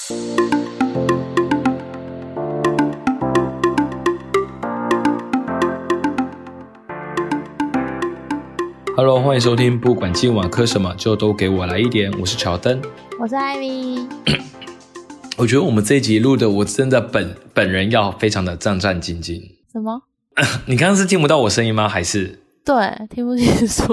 Hello， 欢迎收听，不管今晚磕什么，就都给我来一点。我是乔登， 我是艾米。 我觉得我们这一集录的，我真的本人要非常的战战兢兢。 什么？ 你刚刚是听不到我声音吗？还是？ 对，听不清楚。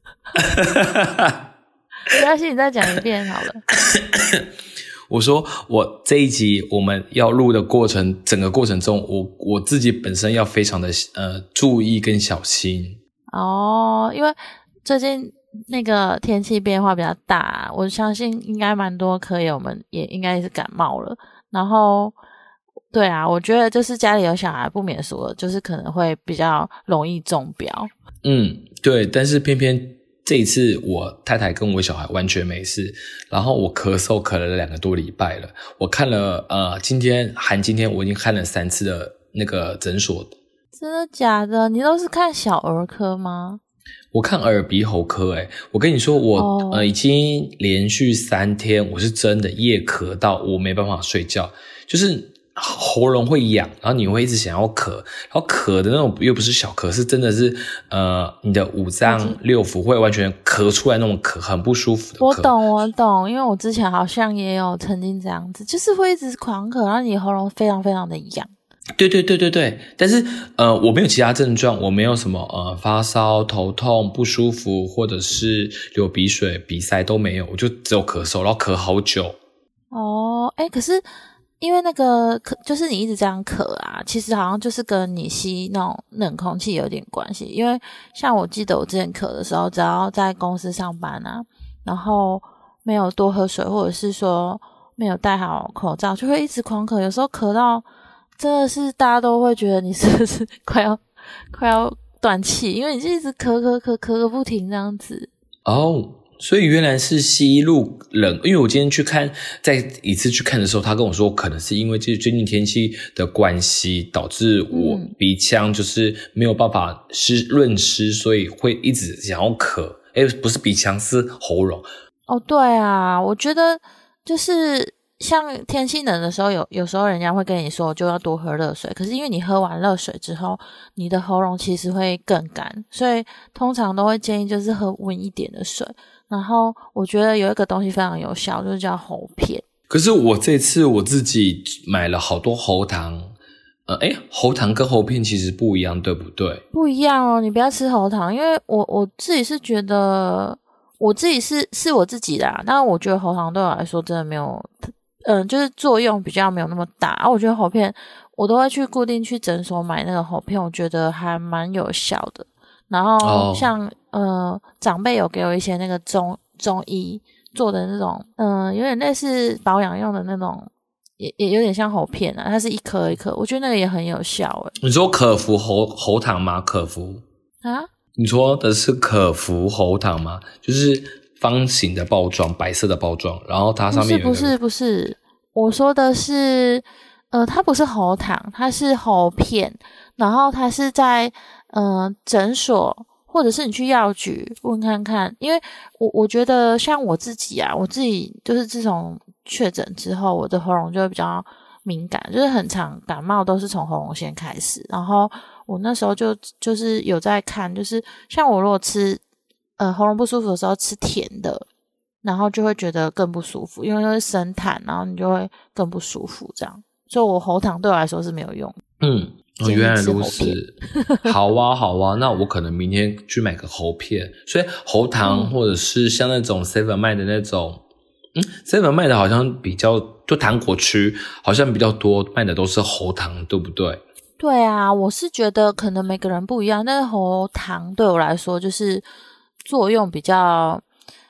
没关系，你再讲一遍好了。 我说我这一集我们要录的整个过程中，我自己本身要非常的注意跟小心。 哦，因为最近那个天气变化比较大，我相信应该蛮多科友们也应该是感冒了。然后对啊，我觉得就是家里有小孩不免俗了，就是可能会比较容易中标。 对，但是偏偏这一次我太太跟我小孩完全没事，然后我咳嗽咳了2个多礼拜了。我看了今天我已经看了3次的那个诊所。 真的假的？你都是看小儿科吗？ 我看耳鼻喉科我跟你说我已经连续3天我是真的夜咳到我没办法睡觉，就是喉咙会痒，然后你会一直想要咳，然后咳的那种又不是小咳，是真的是你的5脏6腑会完全咳出来那种咳，很不舒服的咳。 我懂，因为我之前好像也有曾经这样子，就是会一直狂咳，然后你喉咙非常非常的痒。 对，但是我没有其他症状，我没有什么发烧、头痛、不舒服，或者是流鼻水、鼻塞都没有，我就只有咳嗽，然后咳好久。 可是因为那个就是你一直这样咳啊，其实好像就是跟你吸那种冷空气有点关系。因为像我记得我之前咳的时候，只要在公司上班啊，然后没有多喝水，或者是说没有戴好口罩，就会一直狂咳，有时候咳到真的是大家都会觉得你是不是快要断气，因为你就一直咳个不停这样子。 所以原来是吸入冷，因为我今天再一次去看的时候，他跟我说可能是因为最近天气的关系，导致我鼻腔就是没有办法润湿，所以会一直想要咳。不是鼻腔，是喉咙。对啊，我觉得就是像天气冷的时候，有时候人家会跟你说就要多喝热水，可是因为你喝完热水之后，你的喉咙其实会更干，所以通常都会建议就是喝温一点的水。然后我觉得有一个东西非常有效，就是叫喉片。 可是我这次我自己买了好多喉糖，喉糖跟喉片其实不一样，对不对？ 不一样哦，你不要吃喉糖，因为我自己是觉得我自己是我自己的啊，但我觉得喉糖对我来说真的没有就是作用比较没有那么大我觉得喉片我都会固定去诊所买那个喉片，我觉得还蛮有效的。然后像长辈有给我一些那个中医做的那种有点类似保养用的那种，也有点像喉片啊，它是一颗一颗，我觉得那个也很有效你说可服喉糖吗？可服啊？ 你说的是可服喉糖吗？就是方形的包装，白色的包装，然后它上面有不是，我说的是它不是喉糖，它是喉片，然后它是在诊所或者是你去药局问看看。因为我觉得像我自己就是自从确诊之后，我的喉咙就会比较敏感，就是很常感冒都是从喉咙先开始。然后我那时候就是有在看，就是像我如果吃喉咙不舒服的时候吃甜的，然后就会觉得更不舒服，因为会生痰，然后你就会更不舒服这样。所以我喉糖对我来说是没有用。 原来如此。好啊，那我可能明天去买个喉片。所以喉糖或者是像那种 Seven 卖的那种Seven 卖的好像比较，就糖果区好像比较多卖的都是喉糖，对不对？ 对啊，我是觉得可能每个人不一样，但是喉糖对我来说就是作用比较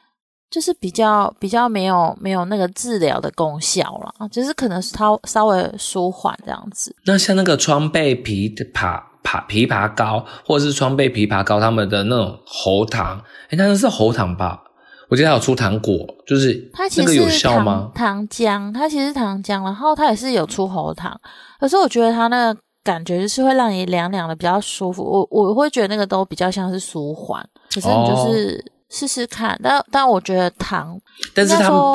没有那个治疗的功效啦，就是可能稍微舒缓这样子。 那像那个川贝枇杷膏或者是川贝枇杷膏他们的那种喉糖，那是喉糖吧？我记得它有出糖果，就是那个有效吗？ 糖浆，它其实是糖浆，然后它也是有出喉糖，可是我觉得它那个感觉就是会让你凉凉的比较舒服。我会觉得那个都比较像是舒缓，可是你就是试试看。但我觉得糖， 但是他们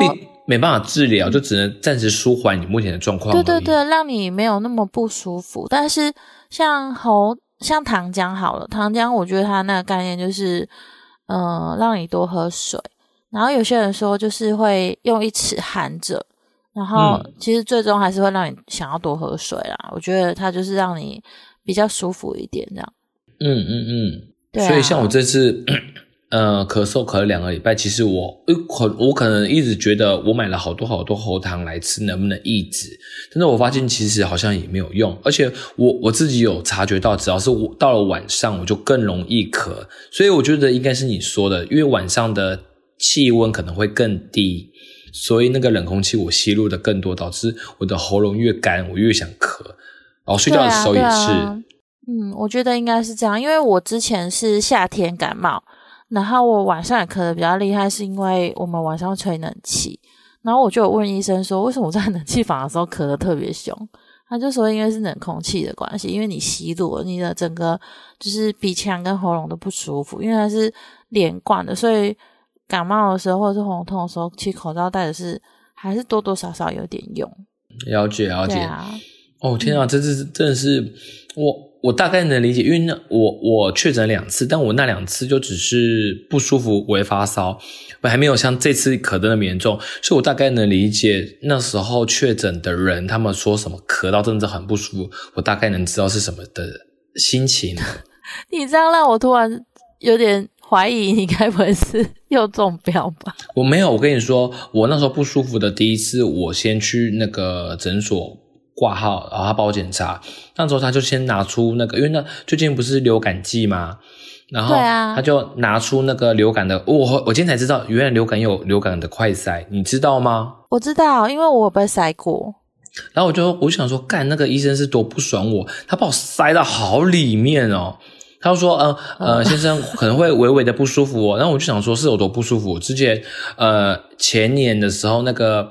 没办法治疗，就只能暂时舒缓你目前的状况而已。 对对对，让你没有那么不舒服。但是像糖浆好了，糖浆我觉得它那个概念就是让你多喝水。然后有些人说就是会用一匙含着，然后其实最终还是会让你想要多喝水啦。我觉得它就是让你比较舒服一点这样。对啊， 所以像我这次咳嗽咳了2个礼拜，其实我可能一直觉得我买了好多喉糖来吃能不能抑制，但是我发现其实好像也没有用，而且我自己有察觉到，只要是我到了晚上我就更容易咳，所以我觉得应该是你说的，因为晚上的气温可能会更低，所以那个冷空气我吸入的更多，导致我的喉咙越干，我越想咳，然后睡觉的时候也是。 我觉得应该是这样，因为我之前是夏天感冒，然后我晚上也咳得比较厉害，是因为我们晚上吹冷气，然后我就有问医生说为什么我在冷气房的时候咳得特别凶，他就说因为是冷空气的关系，因为你吸入了你的整个就是鼻腔跟喉咙都不舒服，因为它是连贯的，所以感冒的时候或者是喉咙痛的时候，其实口罩戴的是还是多多少少有点用。 了解对啊。 哦天啊，这真的是我大概能理解，因为我确诊2次，但我那2次就只是不舒服微发烧，还没有像这次咳得那么严重，所以我大概能理解那时候确诊的人他们说什么咳到真的很不舒服，我大概能知道是什么的心情。 你这样让我突然有点怀疑你该不会是又中标吧？ 我没有，我跟你说，我那时候不舒服的第一次，我先去那个诊所挂号，然后他帮我检查，那时候他就先拿出那个，因为那最近不是流感季嘛，然后他就拿出那个流感的，我今天才知道，原来流感有流感的快筛，你知道吗？ 我知道，因为我有被筛过。 然后我就想说，干，那个医生是多不爽我，他把我塞到好里面哦。他就说先生可能会微微的不舒服哦。然后我就想说是有多不舒服，我之前前年的时候那个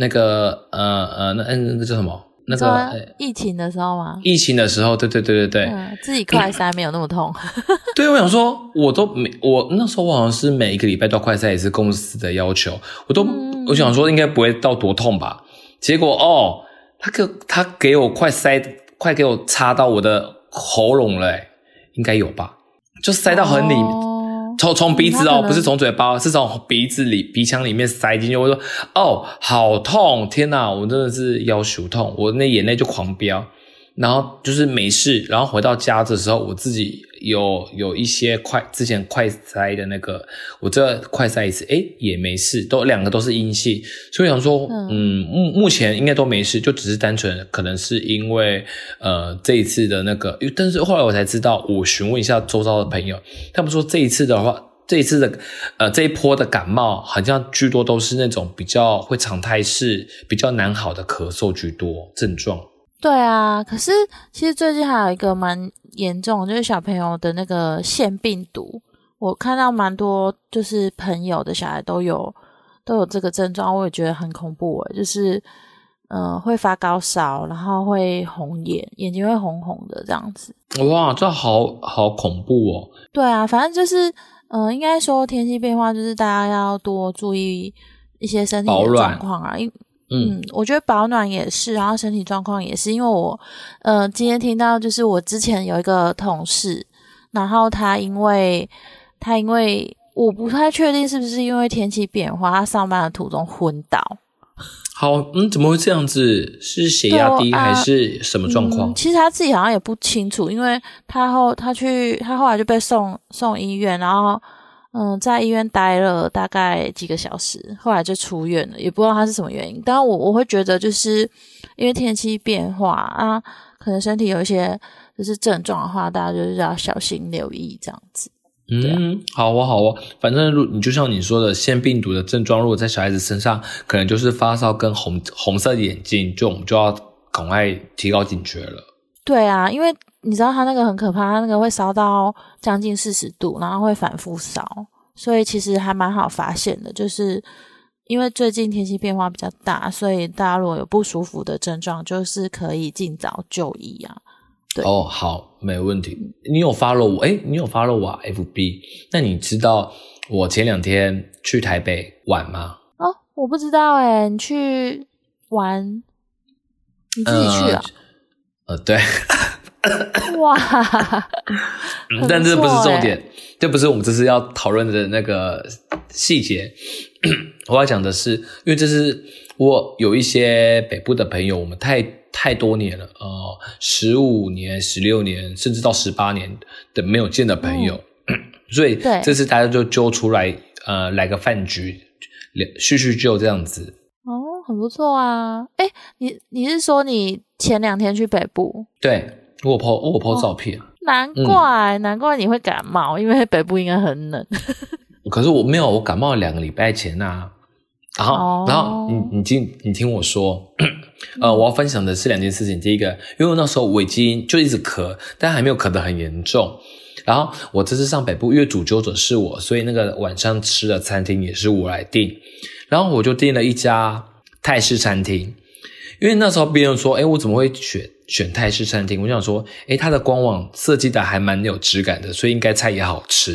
叫什么？那个疫情的时候吗？ 疫情的时候，对， 自己快筛没有那么痛。 对，我想说，我那时候我好像是每一个礼拜都快筛，也是公司的要求，我想说应该不会到多痛吧。结果他给我快给我插到我的喉咙了，应该有吧？就塞到很里面。从鼻子不是从嘴巴，是从鼻腔里面塞进去。我说好痛，天哪，我真的是腰手痛，我那眼泪就狂飙。然后就是没事，然后回到家的时候，我自己有一些之前快筛的那个，我这快筛一次，也没事，2个都是阴性，所以想说，目前应该都没事，就只是单纯可能是因为这一次的那个，但是后来我才知道，我询问一下周遭的朋友，他们说这一次的话。这一次的这一波的感冒好像居多都是那种比较会常态式比较难好的咳嗽居多症状。 对啊，可是其实最近还有一个蛮严重，就是小朋友的那个腺病毒，我看到蛮多就是朋友的小孩都有这个症状，我也觉得很恐怖耶，就是会发高烧，然后会红眼睛会红红的这样子。 哇，这好恐怖哦。 对啊，反正就是应该说天气变化，就是大家要多注意一些身体的状况啊。我觉得保暖也是，然后身体状况也是，因为我今天听到就是我之前有一个同事，然后他因为我不太确定是不是因为天气变化，他上班的途中昏倒。 好，怎么会这样子？是血压低还是什么状况？ 其实他自己好像也不清楚，因为他后来就被送医院，然后在医院待了大概几个小时，后来就出院了，也不知道他是什么原因。当然我会觉得就是因为天气变化啊，可能身体有一些就是症状的话，大家就是要小心留意这样子。 好哦，反正你就像你说的，腺病毒的症状，如果在小孩子身上，可能就是发烧跟红色的眼睛，我们就要赶快提高警觉了。 对啊，因为你知道他那个很可怕，他那个会烧到将近40度，然后会反复烧，所以其实还蛮好发现的，就是因为最近天气变化比较大，所以大家如果有不舒服的症状，就是可以尽早就医啊。对好，没问题。你有 follow 我？你有 follow 我FB？那你知道我前2天去台北玩吗？ 我不知道欸，你去玩，你自己去啊？ 对。 哇， 但这不是重点，这不是我们这次要讨论的那个细节。我要讲的是，因为这是我有一些北部的朋友，我们太多年了，15年、16年，甚至到18年的没有见的朋友，所以这次大家就揪出来，来个饭局，叙叙旧这样子。 哦，很不错啊！诶，你是说你前2天去北部？ 对。我有 po 照片， 难怪你会感冒，因为北部应该很冷。 可是我没有，我感冒了2个礼拜前啊。然后你听我说，我要分享的是2件事情。第一个，因为那时候我已经就一直咳，但还没有咳得很严重。然后我这次上北部，因为主揪者是我，所以那个晚上吃的餐厅也是我来订。然后我就订了一家泰式餐厅，因为那时候别人说，我怎么会选泰式餐厅？我想说，它的官网设计的还蛮有质感的，所以应该菜也好吃。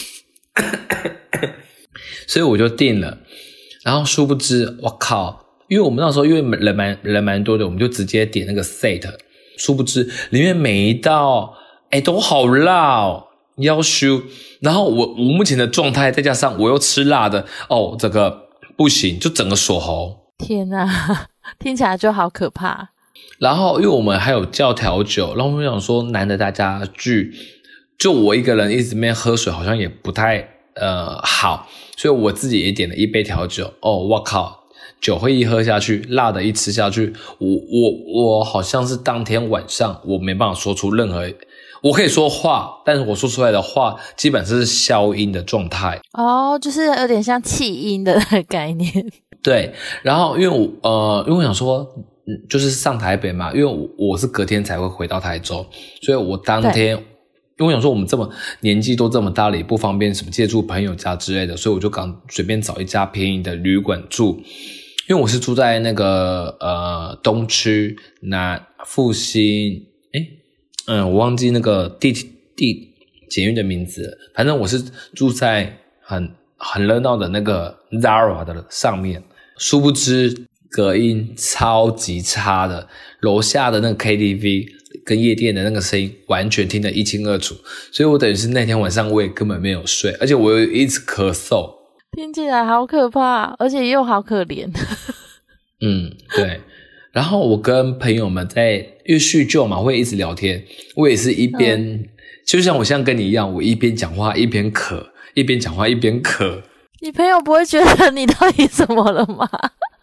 所以我就订了，然后殊不知，我靠！因为我们那时候因为人蛮多的，我们就直接点那个 set。殊不知里面每一道，都好辣哦，要羞。然后我目前的状态，再加上我又吃辣的，这个不行，就整个锁喉。 天哪，听起来就好可怕。 然后因为我们还有叫调酒，然后我想说难得大家聚，就我一个人一直在那边喝水好像也不太好，所以我自己也点了1杯调酒。我靠，酒会一喝下去，辣的一吃下去，我好像是当天晚上我没办法说出任何，我可以说话，但是我说出来的话基本上是消音的状态。 就是有点像气音的概念。对， 然后因为我想说就是上台北嘛，因为我是隔天才会回到台州，所以我当天，因为我想说我们这么年纪都这么大了，也不方便什么借住朋友家之类的，所以我就刚随便找一家便宜的旅馆住。因为我是住在那个东区复兴，我忘记那个地捷运的名字了，反正我是住在很热闹的那个 Zara 的上面。殊不知隔音超级差的，楼下的那个 KTV 跟夜店的那个声音完全听得一清二楚，所以我等于是那天晚上我也根本没有睡，而且我又一直咳嗽， 听起来好可怕，而且又好可怜。 对。然后我跟朋友们因为叙旧嘛，会一直聊天，我也是一边就像我像跟你一样，我一边讲话一边咳，一边讲话一边咳。 你朋友不会觉得你到底怎么了吗？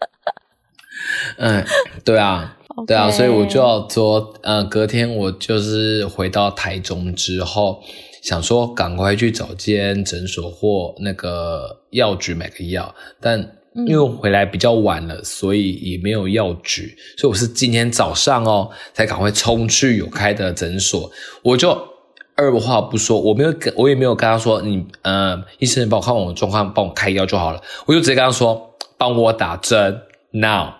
对啊，对啊，所以我就要说，隔天我就是回到台中之后，想说赶快去找间诊所或那个药局买个药，但因为我回来比较晚了，所以也没有药局，所以我是今天早上才赶快冲去有开的诊所，我就二话不说，我也没有跟他说医生帮我看完我的状况，帮我开药就好了，我就直接跟他说帮我打针 now。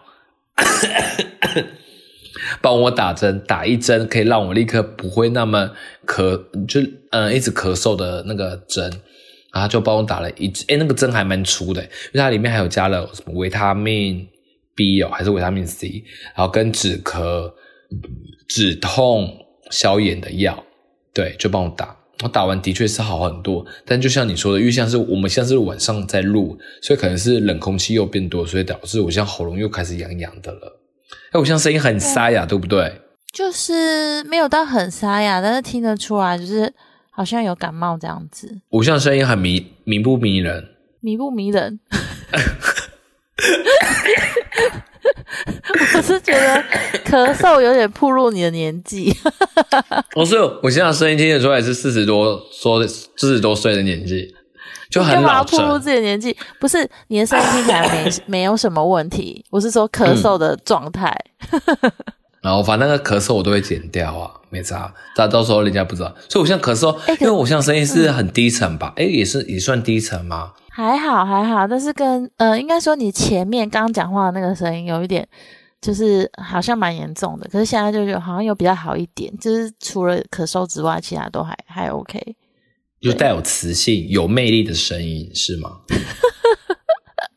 帮我打针，打1针可以让我立刻不会那么一直咳嗽的那个针，然后就帮我打了1针，那个针还蛮粗的，因为它里面还有加了什么维他命 B 还是维他命 C， 然后跟止咳、止痛、消炎的药，对，就帮我打。我打完的确是好很多，但就像你说的，因为我们像是晚上在录，所以可能是冷空气又变多，所以导致我现在喉咙又开始痒痒的了。我现在声音很沙哑，对不对？ 就是没有到很沙哑，但是听得出来就是好像有感冒这样子。 我现在声音很迷不迷人？ 迷不迷人？我是觉得咳嗽有点暴露你的年纪。 我现在声音听得出来是40多岁的年纪，就很老成。 暴露自己的年纪，不是你的声音听起来没有什么问题，我是说咳嗽的状态。 然后反正那个咳嗽我都会剪掉啊，没差，到时候人家不知道。所以我现在咳嗽，因为我现在声音是很低沉吧？也算低沉吗？ 还好，但是应该说你前面刚刚讲话的那个声音有一点，就是好像蛮严重的，可是现在就好像有比较好一点，就是除了咳嗽之外，其他都还 OK， 就带有磁性、有魅力的声音是吗？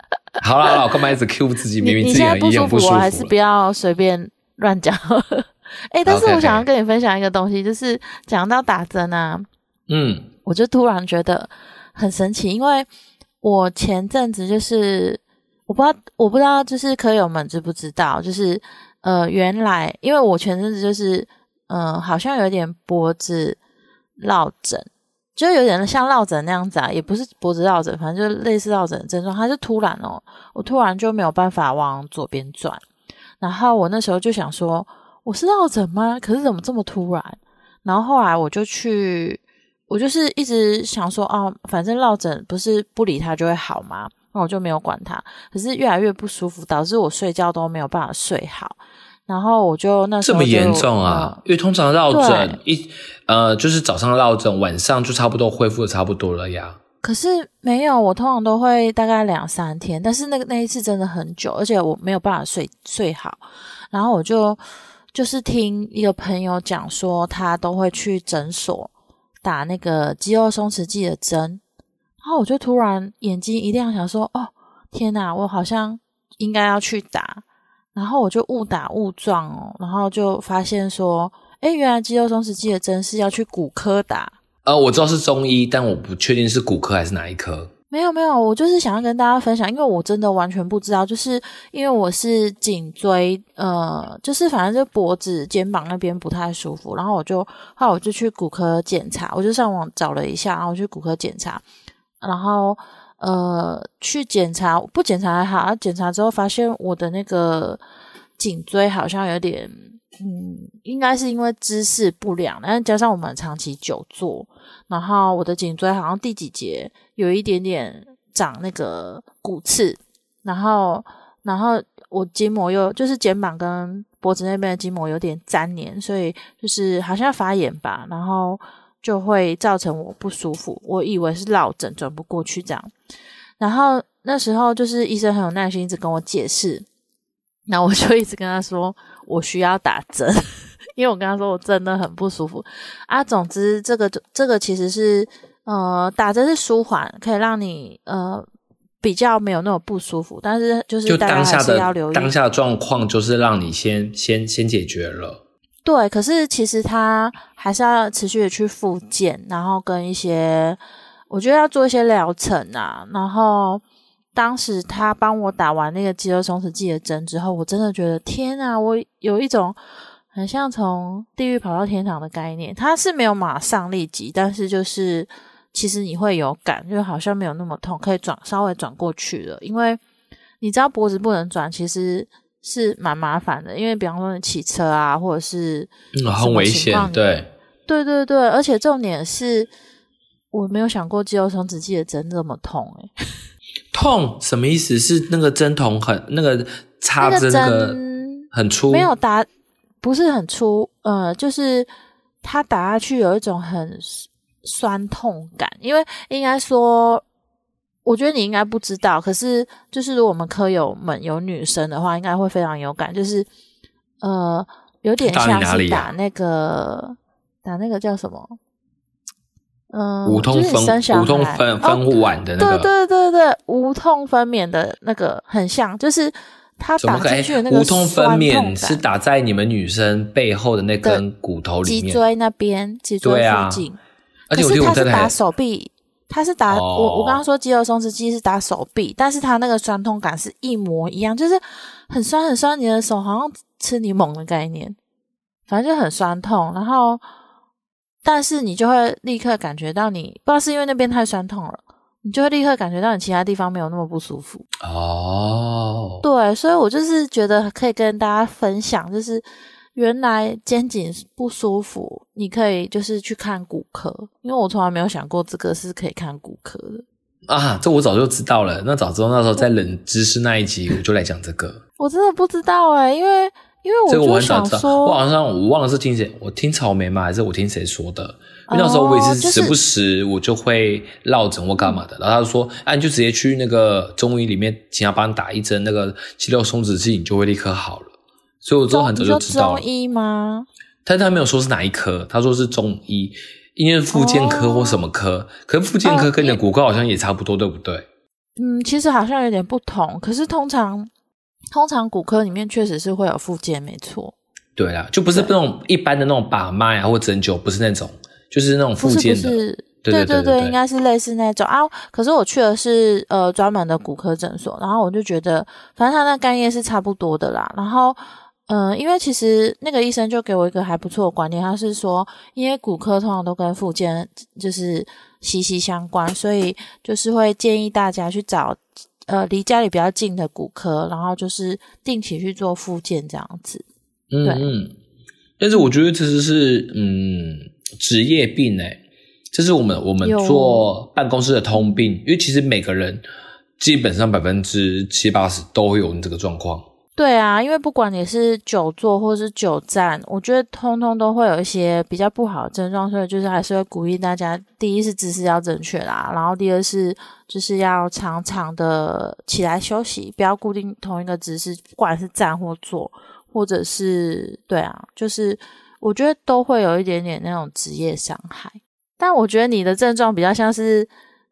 好啦，我干嘛一直 cue 自己？明明自己你现在不舒服， 很不舒服， 我还是不要随便乱讲。但是我想要跟你分享一个东西，就是讲到打针啊，我就突然觉得很神奇，因为我前阵子就是我不知道就是科友们知不知道，就是原来因为我前阵子就是好像有点脖子落枕，就有点像落枕那样子啊，也不是脖子落枕，反正就类似落枕的症状。它就突然我突然就没有办法往左边转，然后我那时候就想说我是落枕吗？可是怎么这么突然？然后后来我就是一直想说反正落枕不是不理它就会好吗？那我就没有管它，可是越来越不舒服，导致我睡觉都没有办法睡好。然后我就那时候这么严重啊？因为通常落枕就是早上落枕，晚上就差不多恢复的差不多了呀。 可是没有，我通常都会大概2-3天，但是那一次真的很久，而且我没有办法睡好。然后我就是听一个朋友讲说，他都会去诊所打那个肌肉松弛剂的针，然后我就突然眼睛一亮，想说天哪，我好像应该要去打。然后我就误打误撞然后就发现说原来肌肉松弛剂的针是要去骨科打。 我知道是中医，但我不确定是骨科还是哪一科。 没有，我就是想要跟大家分享，因为我真的完全不知道，就是因为我是颈椎就是反正就脖子肩膀那边不太舒服，然后后来我就去骨科检查，我就上网找了一下，然后我去骨科检查，然后去检查，不检查还好，检查之后发现我的那个颈椎好像有点应该是因为姿势不良，但是加上我们长期久坐，然后我的颈椎好像第几节有一点点长那个骨刺，然后我筋膜又就是肩膀跟脖子那边的筋膜有点粘连，所以就是好像发炎吧，然后就会造成我不舒服，我以为是落枕转不过去这样。然后那时候就是医生很有耐心一直跟我解释，那我就一直跟他说我需要打针因为我跟他说我真的很不舒服啊。总之这个其实是打针是舒缓，可以让你比较没有那么不舒服，但是就是大家还是要留意当下的状况，就是让你先解决了。 对，可是其实他还是要持续的去复健，然后跟一些我觉得要做一些疗程啊。然后当时他帮我打完那个肌肉松弛剂的针之后，我真的觉得天啊，我有一种很像从地狱跑到天堂的概念。他是没有马上立即，但是就是其实你会有感，就好像没有那么痛，可以稍微转过去了。因为你知道脖子不能转其实是蛮麻烦的，因为比方说你骑车啊，或者是很危险。对， 而且重点是我没有想过肌肉松弛剂的针这么痛痛什么意思？是那个针筒那个插针那个很粗？ 没有打，不是很粗，就是它打下去有一种很酸痛感。因为应该说我觉得你应该不知道，可是就是如果我们科友们有女生的话应该会非常有感，就是有点像是打那个叫什么无痛分娩完的那个， 对，无痛分娩的那个很像，就是他打进去的那个无痛分娩是打在你们女生背后的那根骨头里面， 脊椎那边，脊椎附近。 而且可是他是打手臂，他是打我刚刚说肌肉松弛剂是打手臂，但是他那个酸痛感是一模一样，就是很酸很酸，你的手好像吃柠檬的概念，反正就很酸痛。然后但是你就会立刻感觉到你不知道是因为那边太酸痛了，你就会立刻感觉到你其他地方没有那么不舒服。对，所以我就是觉得可以跟大家分享，就是原来肩颈不舒服你可以就是去看骨科，因为我从来没有想过这个是可以看骨科的啊。这我早就知道了，那早知道那时候在冷知识那一集我就来讲这个。 我真的不知道因为我就想说， 我忘了是听谁，我听草莓吗？还是我听谁说的？因为那时候我也是时不时我就会落枕或干嘛的，然后他就说你就直接去那个中医里面请他帮你打一针那个肌肉松弛剂，你就会立刻好了。所以我之后很早就知道了。 中医吗？ 但他没有说是哪一科，他说是中医，因为复健科或什么科，可是复健科跟你的骨科好像也差不多，对不对？ 其实好像有点不同，可是通常骨科里面确实是会有复健，没错。 对啦，就不是那种一般的那种把脉啊或针灸，不是那种，就是那种复健的。 不是对， 应该是类似那种啊。可是我去的是专门的骨科诊所，然后我就觉得，反正他那概念是差不多的啦。然后因为其实那个医生就给我一个还不错的观念，他是说，因为骨科通常都跟复健就是息息相关，所以就是会建议大家去找离家里比较近的骨科，然后就是定期去做复健这样子。对。 但是我觉得这是职业病这是我们做办公室的通病，因为其实每个人基本上70%-80%都会有这个状况。 对啊，因为不管你是久坐或是久站，我觉得通通都会有一些比较不好的症状，所以就是还是会鼓励大家，第一是姿势要正确啦，然后第二是就是要常常的起来休息，不要固定同一个姿势，不管是站或坐，或者是对啊，就是我觉得都会有一点点那种职业伤害。但我觉得你的症状比较像是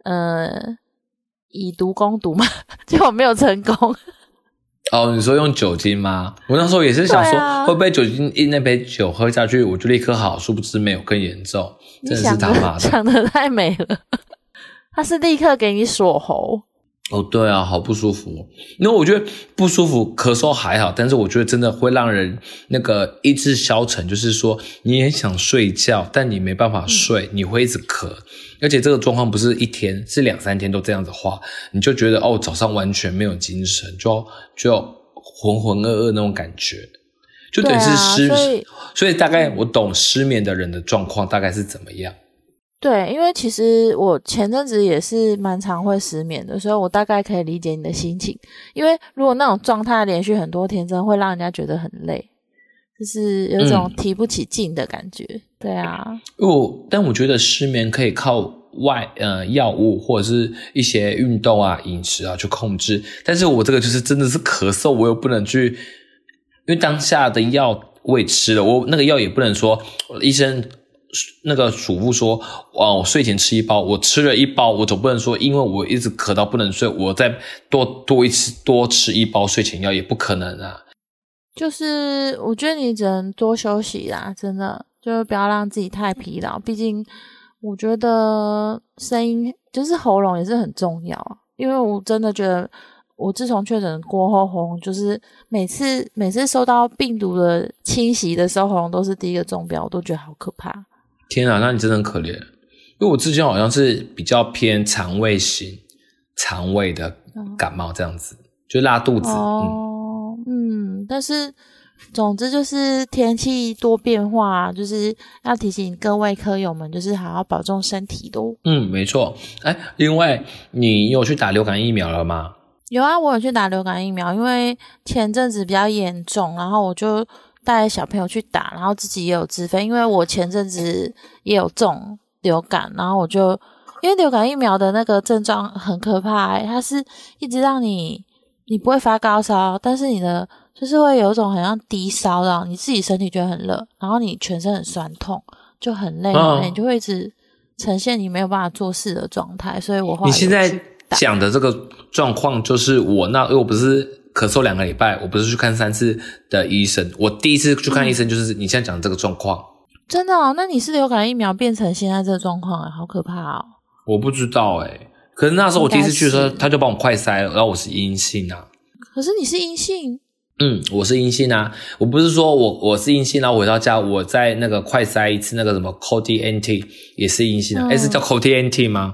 以毒攻毒嘛，结果没有成功。 哦，你说用酒精吗？我那时候也是想说，会不会酒精一那杯酒喝下去，我就立刻好，殊不知没有，更严重，真的是他妈的， 想得太美了。他是立刻给你锁喉。 哦，对啊，好不舒服。因为我觉得不舒服，咳嗽还好，但是我觉得真的会让人那个意志消沉，就是说你也想睡觉，但你没办法睡，你会一直咳，而且这个状况不是一天，是2-3天都这样子话，你就觉得早上完全没有精神，就浑浑噩噩那种感觉，就等于是所以大概我懂失眠的人的状况大概是怎么样。 对，因为其实我前阵子也是蛮常会失眠的，所以我大概可以理解你的心情。因为如果那种状态连续很多天，真的会让人家觉得很累，就是有一种提不起劲的感觉。对啊， 但我觉得失眠可以靠药物或者是一些运动啊、饮食啊去控制，但是我这个就是真的是咳嗽，我又不能去，因为当下的药我也吃了，我那个药也不能说医生那个嘱咐说我睡前吃1包，我吃了1包，我总不能说因为我一直咳到不能睡，我再多吃1包睡前药，也不可能啊。 就是我觉得你只能多休息啦，真的就是不要让自己太疲劳，毕竟我觉得声音就是喉咙也是很重要，因为我真的觉得我自从确诊过后，喉咙就是每次受到病毒的侵袭的时候，喉咙都是第一个中标，我都觉得好可怕。 天啊，那你真的很可怜。因为我之前好像是比较偏肠胃的感冒这样子，就拉肚子。 但是总之就是天气多变化，就是要提醒各位科友们，就是好好保重身体咯。 没错。另外你有去打流感疫苗了吗？ 有啊，我有去打流感疫苗，因为前阵子比较严重，然后我就带小朋友去打，然后自己也有自费，因为我前阵子也有中流感，然后我就因为流感疫苗的那个症状很可怕它是一直让你不会发高烧，但是你的就是会有一种很像低烧的，你自己身体觉得很热，然后你全身很酸痛，就很累很累，你就会一直呈现你没有办法做事的状态，所以我后来你现在讲的这个状况就是因为我不是咳嗽2个礼拜，我不是去看3次的医生，我第一次去看医生就是你现在讲的这个状况。 真的那你是流感疫苗变成现在这个状况好可怕哦。 我不知道可是那时候我第一次去的时候他就帮我快筛了，然后我是阴性啊。 可是你是阴性？ 我是阴性啊，我不是说我是阴性，然后回到家我在那个快筛一次那个什么 COVID-19 也是阴性啊。是叫 COVID-19 吗？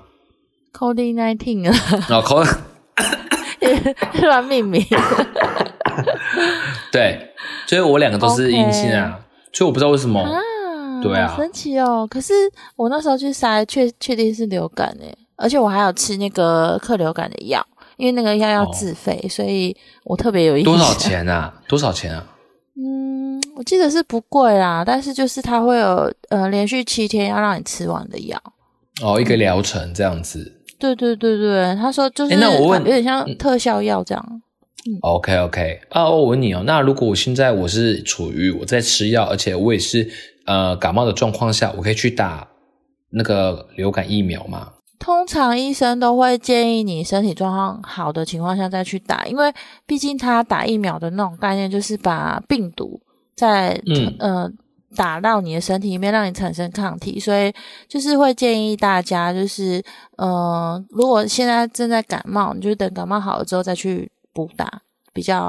COVID-19 啊。乱命名。对， 所以我2个都是阴性啊。所以我不知道为什么对啊， 好神奇哦。可是我那时候去筛确定是流感而且我还有吃那个克流感的药，因为那个药要自费，所以我特别有印象。 多少钱啊？ 我记得是不贵啦，但是就是它会有连续7天要让你吃完的药。 一个疗程这样子。 对，他说就是那我问有点像特效药这样。 OK 我问你那如果我现在我是处于我在吃药，而且我也是感冒的状况下，我可以去打那个流感疫苗吗？ 通常医生都会建议你身体状况好的情况下再去打，因为毕竟他打疫苗的那种概念就是把病毒在打到你的身体里面，让你产生抗体，所以就是会建议大家就是如果现在正在感冒，你就等感冒好了之后再去补打比较好。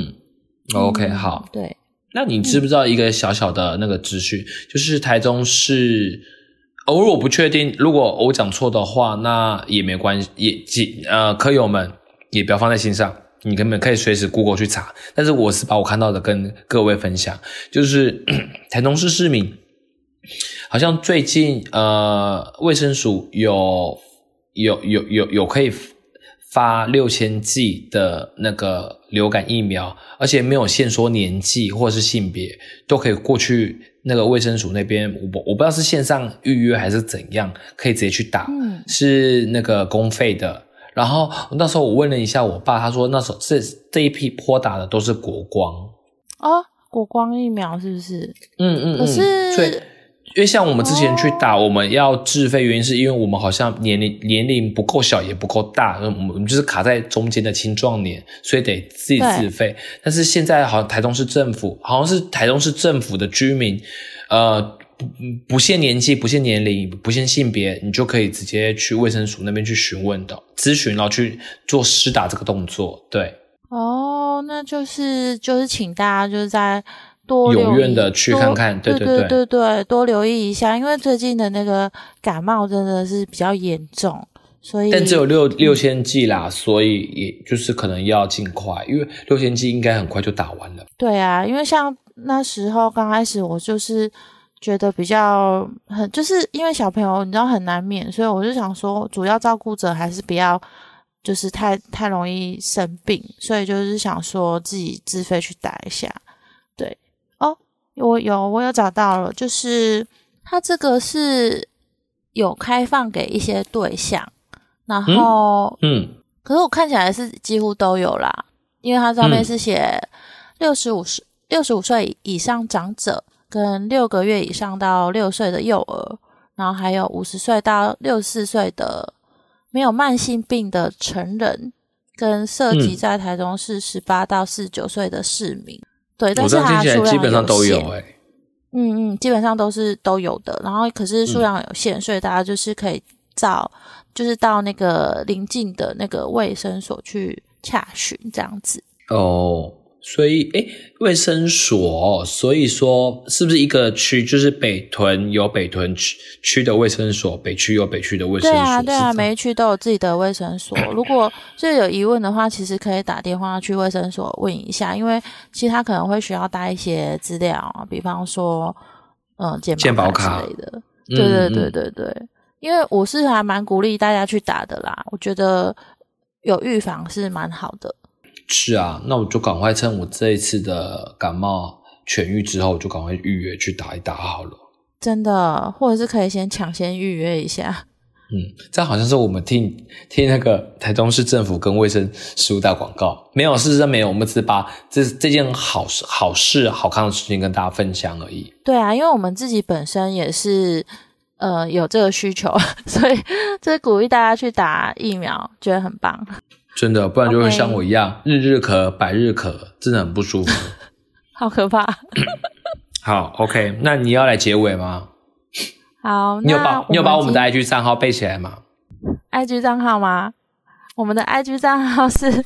OK， 好。 对。 那你知不知道一个小小的那个资讯，就是台中市，如果不确定，如果我讲错的话，那也没关系，科友们也不要放在心上，你根本可以随时 Google 去查。但是我是把我看到的跟各位分享，就是台中市市民好像最近卫生署有可以发6000剂的那个流感疫苗，而且没有限说年纪或是性别，都可以过去那个卫生署那边，我不知道是线上预约还是怎样，可以直接去打，是那个公费的。然后那时候我问了一下我爸，他说那时候这一批拨打的都是国光国光疫苗是不是？ 可是所以因为像我们之前去打，我们要自费，原因是因为我们好像年龄不够小也不够大，我们就是卡在中间的青壮年，所以得自己自费。但是现在好像台中市政府的居民，不限年纪、不限年龄、不限性别，你就可以直接去卫生署那边去询问的咨询，然后去做施打这个动作。对， 那就是请大家就是在多有愿的去看看， 对，多留意一下，因为最近的那个感冒真的是比较严重，所以但只有6000剂啦，所以也就是可能要尽快，因为6000剂应该很快就打完了。 对啊，因为像那时候刚开始我就是觉得比较就是因为小朋友你知道很难免，所以我就想说主要照顾者还是不要就是太容易生病，所以就是想说自己自费去打一下。对我有找到了，就是它这个是有开放给一些对象，然后可是我看起来是几乎都有啦，因为它上面是写65岁以上长者跟6个月以上到6岁的幼儿，然后还有50岁到64岁的没有慢性病的成人，跟涉及在台中市18到49岁的市民。对，但是它数量有限， 基本上都有基本上都有的，然后可是数量有限，所以大家就是可以就是到那个邻近的那个卫生所去洽询这样子。 所以卫生所，所以说是不是一个区就是北屯有北屯区的卫生所，北区有北区的卫生所？ 对啊，每一区都有自己的卫生所。如果就有疑问的话，其实可以打电话去卫生所问一下，因为其实他可能会需要带一些资料，比方说健保卡之类的。对，因为我是还蛮鼓励大家去打的啦，我觉得有预防是蛮好的。 是啊，那我就赶快趁我这一次的感冒痊愈之后，我就赶快预约去打一打好了。 真的，或者是可以抢先预约一下。 这样好像是我们替那个台中市政府跟卫生事务打广告，没有，事实上没有，我们只是把这件好康的事情跟大家分享而已。 对啊，因为我们自己本身也是有这个需求，所以就是鼓励大家去打疫苗，觉得很棒。 真的，不然就会像我一样日日咳百日咳，真的很不舒服。 好可怕。 好 OK， 那你要来结尾吗？ 好， 你有把我们的 IG 账号背起来吗？ IG 账号吗？我们的 IG 账号是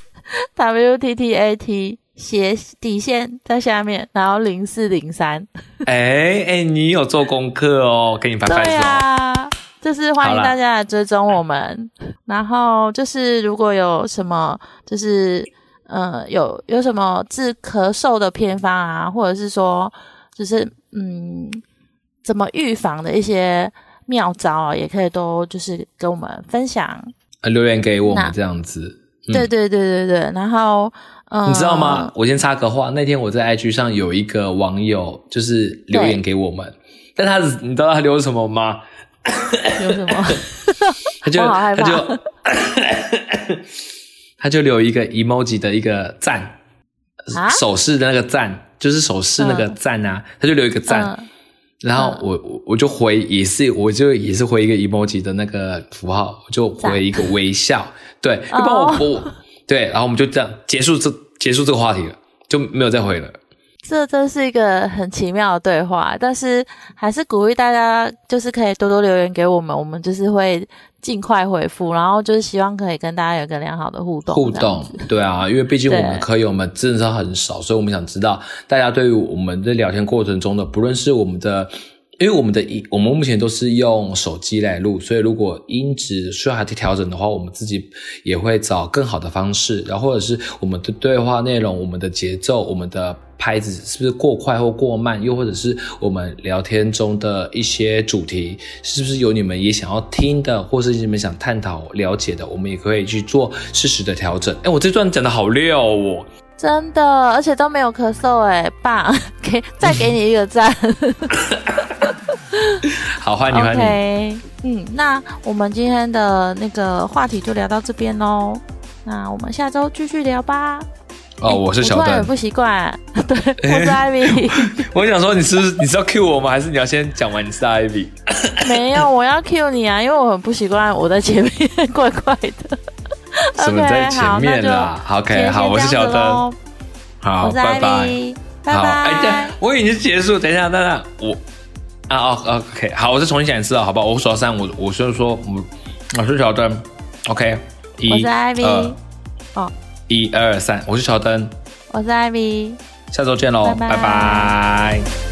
WTTAT斜底线在下面，然后0403。 你有做功课哦，给你拍拍手。 对啊，就是欢迎大家来追踪我们。然后就是如果有什么就是有什么治咳嗽的偏方啊，或者是说就是怎么预防的一些妙招啊，也可以都就是跟我们分享， 留言给我们这样子。 对，然后你知道吗？我先插个话，那天我在 IG 上有一个网友就是留言给我们，但你知道他留什么吗？ 留什么？ 我好害怕。他就留一个 emoji 的一个赞，手势的那个赞，就是手势那个赞啊，他就留一个赞。 然后我就回我就也是回一个 emoji 的那个符号，我就回一个微笑，对，要不然对，然后我们就这样结束这个话题了，就没有再回了。 这真是一个很奇妙的对话，但是还是鼓励大家就是可以多多留言给我们，我们就是会尽快回复，然后就是希望可以跟大家有个良好的互动。 对啊，因为毕竟我们科友们真的是很少，所以我们想知道大家对于我们的聊天过程中的，不论是我们的，因为我们目前都是用手机来录，所以如果音质需要调整的话，我们自己也会找更好的方式，然后或者是我们的对话内容、我们的节奏、我们的拍子是不是过快或过慢，又或者是我们聊天中的一些主题是不是有你们也想要听的，或是你们想探讨了解的，我们也可以去做适时的调整。我这段讲的好溜哦， 真的，而且都没有咳嗽棒，再给你一个赞。 好，欢迎你。 OK， 那我们今天的那个话题就聊到这边咯，那我们下周继续聊吧。 我是小邓。 我突然有不习惯，对，我是 Ivy。 我想说你是要 cue 我吗？还是你要先讲完你是 Ivy？ 没有，我要 cue 你啊，因为我很不习惯我在前面怪怪的。 什么在前面啦？ OK， 好，我是小邓。好，拜拜， 拜拜。 我已经结束，等一下，OK， 好，我再重新讲一次好不好？我数到3，我先说，我是小邓 ，OK， 我是 Ivy， 1、2、3，我是小邓， 我是 Ivy， 下周见喽，拜拜。